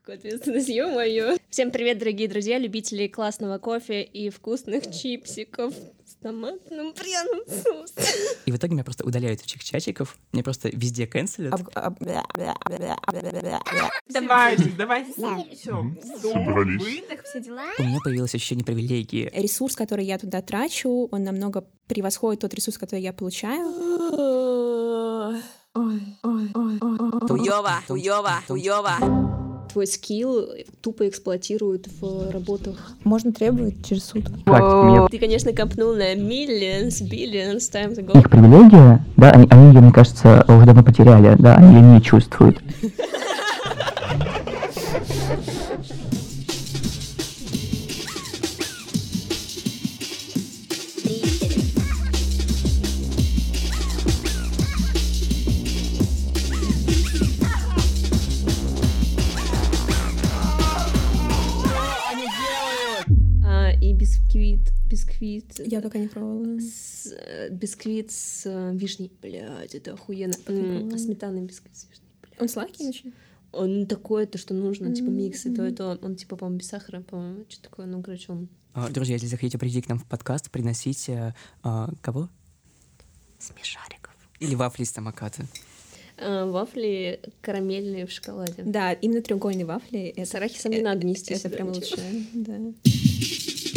Какая ответственность, ё-моё. Всем привет, дорогие друзья, любители классного кофе и вкусных чипсиков с томатным пряным соусом. И в итоге меня просто удаляют этих чатиков, мне просто везде канцелят. Давай, все. Выдох, все дела. У меня появилось ощущение привилегии. Ресурс, который я туда трачу, он намного превосходит тот ресурс, который я получаю. Туёва. Твой скилл тупо эксплуатируют в работах. Можно требовать через суд. Ты, конечно, копнул на billions times ago. Их привилегия, да, они ее, мне кажется, уже давно потеряли, да, они ее не чувствуют. И бисквит. Я пока не пробовала. Бисквит с вишней. Блядь, это охуенно. Сметанный бисквит с вишней. Он сладкий очень? Он такой, то, что нужно, типа микс, и то, и то. Он, типа, по-моему, без сахара, по-моему, что такое, ну, короче, он... Друзья, если захотите прийти к нам в подкаст, приносите... кого? Смешариков. Или вафли из самоката. Вафли карамельные в шоколаде. Да, именно треугольные вафли. С арахисом не надо нести. Это прям лучше, да.